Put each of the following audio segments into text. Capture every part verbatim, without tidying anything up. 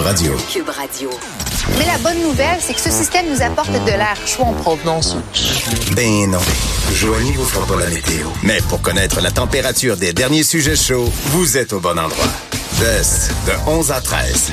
Radio. Cube Radio. Mais la bonne nouvelle, c'est que ce système nous apporte de l'air chaud en provenance. Ben non. Joignez vous fera pas la météo. Mais pour connaître la température des derniers sujets chauds, vous êtes au bon endroit. D E S, de onze à treize.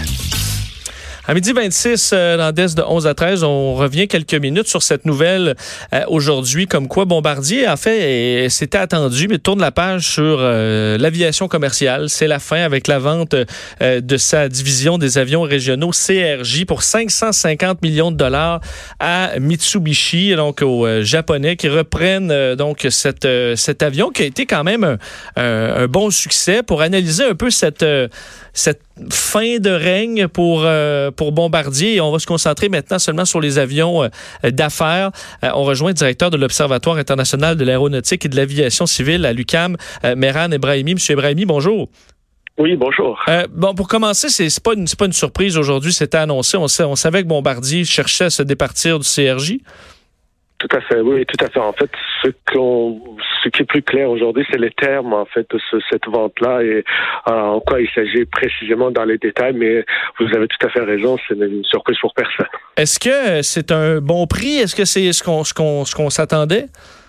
À midi vingt-six, euh, dans D E S de onze à treize, on revient quelques minutes sur cette nouvelle euh, aujourd'hui, comme quoi Bombardier, en fait, et, c'était attendu, mais tourne la page sur euh, l'aviation commerciale. C'est la fin avec la vente euh, de sa division des avions régionaux C R J pour cinq cent cinquante millions de dollars à Mitsubishi, donc aux euh, Japonais, qui reprennent euh, donc cette, euh, cet avion qui a été quand même un, un, un bon succès. Pour analyser un peu cette, euh, cette fin de règne pour euh, pour Bombardier. Et on va se concentrer maintenant seulement sur les avions euh, d'affaires. Euh, on rejoint le directeur de l'Observatoire international de l'aéronautique et de l'aviation civile à l'U Q A M, euh, Mehran Ebrahimi. Monsieur Ebrahimi, bonjour. Oui, bonjour. Euh, bon, pour commencer, c'est, c'est pas une, c'est pas une surprise aujourd'hui. C'était annoncé. On, sait, on savait que Bombardier cherchait à se départir du C R J. Tout à fait, oui, tout à fait. En fait, ce qu'on, ce qui est plus clair aujourd'hui, c'est les termes, en fait, de ce, cette vente-là et euh, en quoi il s'agit précisément dans les détails, mais vous avez tout à fait raison, c'est une surprise pour personne. Est-ce que c'est un bon prix? Est-ce que c'est ce qu'on, ce qu'on, ce qu'on s'attendait?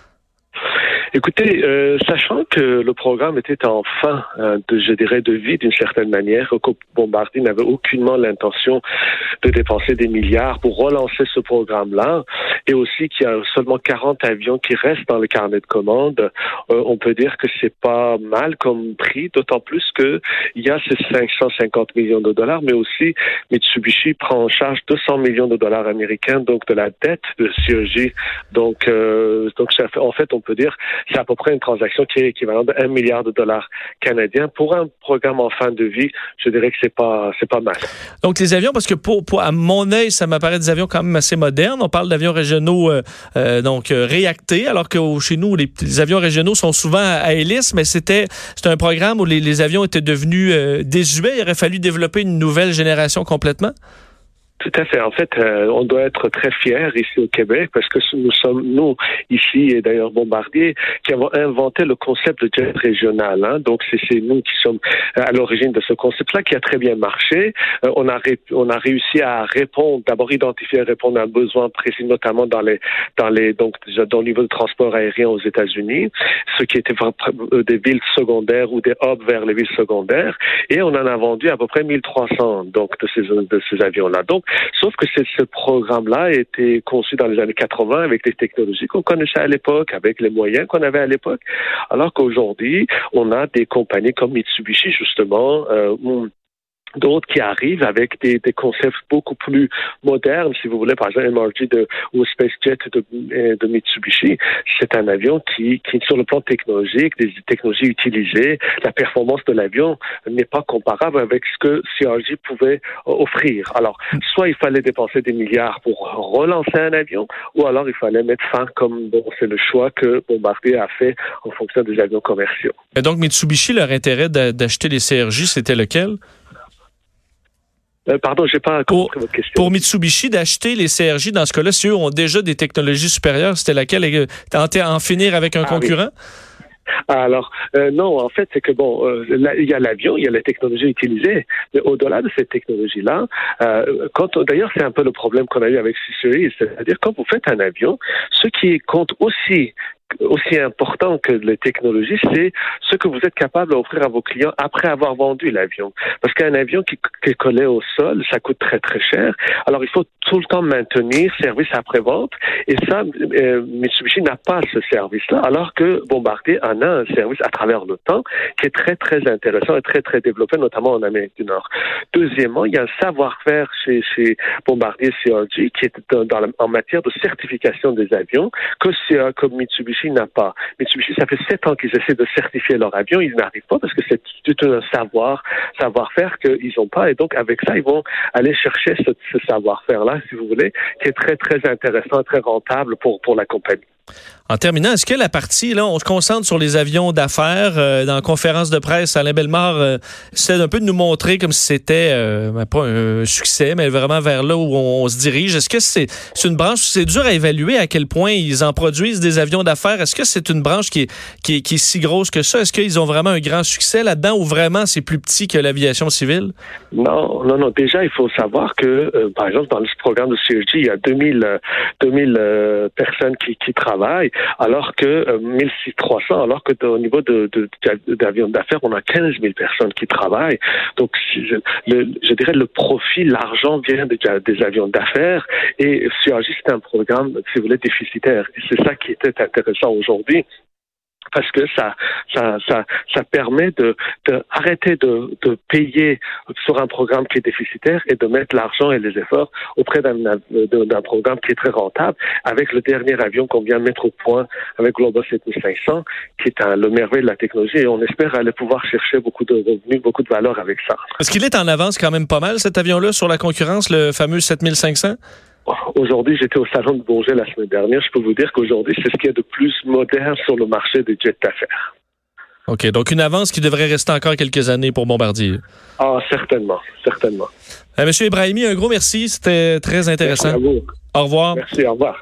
Écoutez, euh, sachant que le programme était en fin, euh, de, je dirais, de vie d'une certaine manière, que Bombardier n'avait aucunement l'intention de dépenser des milliards pour relancer ce programme-là, et aussi qu'il y a seulement quarante avions qui restent dans le carnet de commandes, euh, on peut dire que c'est pas mal comme prix, d'autant plus que il y a ces cinq cent cinquante millions de dollars, mais aussi Mitsubishi prend en charge deux cents millions de dollars américains, donc de la dette de C R J. Donc, euh, donc ça fait, en fait, on peut dire c'est à peu près une transaction qui est équivalente de un milliard de dollars canadiens. Pour un programme en fin de vie, je dirais que c'est pas, c'est pas mal. Donc, les avions, parce que pour, pour à mon œil, ça m'apparaît des avions quand même assez modernes. On parle d'avions régionaux euh, euh, donc euh, réactés, alors que chez nous, les, les avions régionaux sont souvent à, à hélice, mais c'était, c'était un programme où les, les avions étaient devenus euh, désuets. Il aurait fallu développer une nouvelle génération complètement. Tout à fait. En fait, euh, on doit être très fiers ici au Québec parce que nous sommes, nous, ici, et d'ailleurs Bombardier, qui avons inventé le concept de jet régional. Hein. Donc, c'est, c'est nous qui sommes à l'origine de ce concept-là qui a très bien marché. Euh, on, a ré, on a réussi à répondre, d'abord identifier et répondre à un besoin précis, notamment dans les, dans les, donc, dans le niveau de transport aérien aux États-Unis, ce qui était des villes secondaires ou des hubs vers les villes secondaires. Et on en a vendu à peu près mille trois cents, donc, de ces, de ces avions-là. Donc, sauf que c'est, ce programme-là a été conçu dans les années quatre-vingts avec les technologies qu'on connaissait à l'époque, avec les moyens qu'on avait à l'époque, alors qu'aujourd'hui, on a des compagnies comme Mitsubishi, justement, euh, d'autres qui arrivent avec des, des concepts beaucoup plus modernes, si vous voulez, par exemple, M R G de, ou SpaceJet de, de Mitsubishi. C'est un avion qui, qui, sur le plan technologique, des technologies utilisées, la performance de l'avion n'est pas comparable avec ce que C R J pouvait offrir. Alors, soit il fallait dépenser des milliards pour relancer un avion, ou alors il fallait mettre fin, comme bon, c'est le choix que Bombardier a fait en fonction des avions commerciaux. Et donc, Mitsubishi, leur intérêt d'acheter les C R J, c'était lequel? Euh, pardon, j'ai pas compris votre question. Pour Mitsubishi, d'acheter les C R J, dans ce cas-là, si eux ont déjà des technologies supérieures, c'était laquelle? Tenter en finir avec un ah, concurrent? Oui. Alors, euh, non, en fait, c'est que, bon, euh, là, il y a l'avion, il y a les technologies utilisées, mais au-delà de ces technologies-là, euh, quand on, d'ailleurs, c'est un peu le problème qu'on a eu avec C-Series, c'est-à-dire quand vous faites un avion, ce qui compte aussi aussi important que les technologies, c'est ce que vous êtes capable d'offrir à vos clients après avoir vendu l'avion. Parce qu'un avion qui, qui est collé au sol, ça coûte très, très cher. Alors, il faut tout le temps maintenir service après-vente. Et ça, euh, Mitsubishi n'a pas ce service-là, alors que Bombardier en a un service à travers le temps qui est très, très intéressant et très, très développé, notamment en Amérique du Nord. Deuxièmement, il y a un savoir-faire chez, chez Bombardier C R J qui est dans, dans la, en matière de certification des avions que, que Mitsubishi n'a pas. Mitsubishi, ça fait sept ans qu'ils essaient de certifier leur avion. Ils n'arrivent pas parce que c'est tout un savoir, savoir-faire qu'ils n'ont pas. Et donc, avec ça, ils vont aller chercher ce, ce savoir-faire-là, si vous voulez, qui est très, très intéressant, très rentable pour, pour la compagnie. En terminant, est-ce que la partie, là, on se concentre sur les avions d'affaires, euh, dans la conférence de presse, Alain Bellemare euh, essaie un peu de nous montrer comme si c'était, euh, ben, pas un succès, mais vraiment vers là où on, on se dirige. Est-ce que c'est, c'est une branche, c'est dur à évaluer à quel point ils en produisent des avions d'affaires? Est-ce que c'est une branche qui est, qui est, qui est si grosse que ça? Est-ce qu'ils ont vraiment un grand succès là-dedans ou vraiment c'est plus petit que l'aviation civile? Non, non, non. Déjà, il faut savoir que, euh, par exemple, dans ce programme de C E G, il y a deux mille, deux mille euh, personnes qui, qui travaillent, alors que euh, mille trois cents, alors que au niveau de, de, de, d'avions d'affaires, on a quinze mille personnes qui travaillent. Donc, je, le, je dirais le profit, l'argent vient de, des avions d'affaires et C E G, c'est un programme, si vous voulez, déficitaire. Et c'est ça qui était intéressant aujourd'hui. Parce que ça, ça, ça, ça permet de, de arrêter de, de payer sur un programme qui est déficitaire et de mettre l'argent et les efforts auprès d'un, d'un programme qui est très rentable. Avec le dernier avion qu'on vient de mettre au point avec Global sept mille cinq cents, qui est un, le merveille de la technologie, et on espère aller pouvoir chercher beaucoup de revenus, beaucoup de valeur avec ça. Est-ce qu'il est en avance quand même pas mal, cet avion-là, sur la concurrence, le fameux sept mille cinq cents? Aujourd'hui, j'étais au salon de Bourget la semaine dernière. Je peux vous dire qu'aujourd'hui, c'est ce qu'il y a de plus moderne sur le marché des jets d'affaires. OK. Donc, une avance qui devrait rester encore quelques années pour Bombardier. Ah, certainement. Certainement. Euh, Monsieur Ebrahimi, un gros merci. C'était très intéressant. Merci à vous. Au revoir. Merci. Au revoir.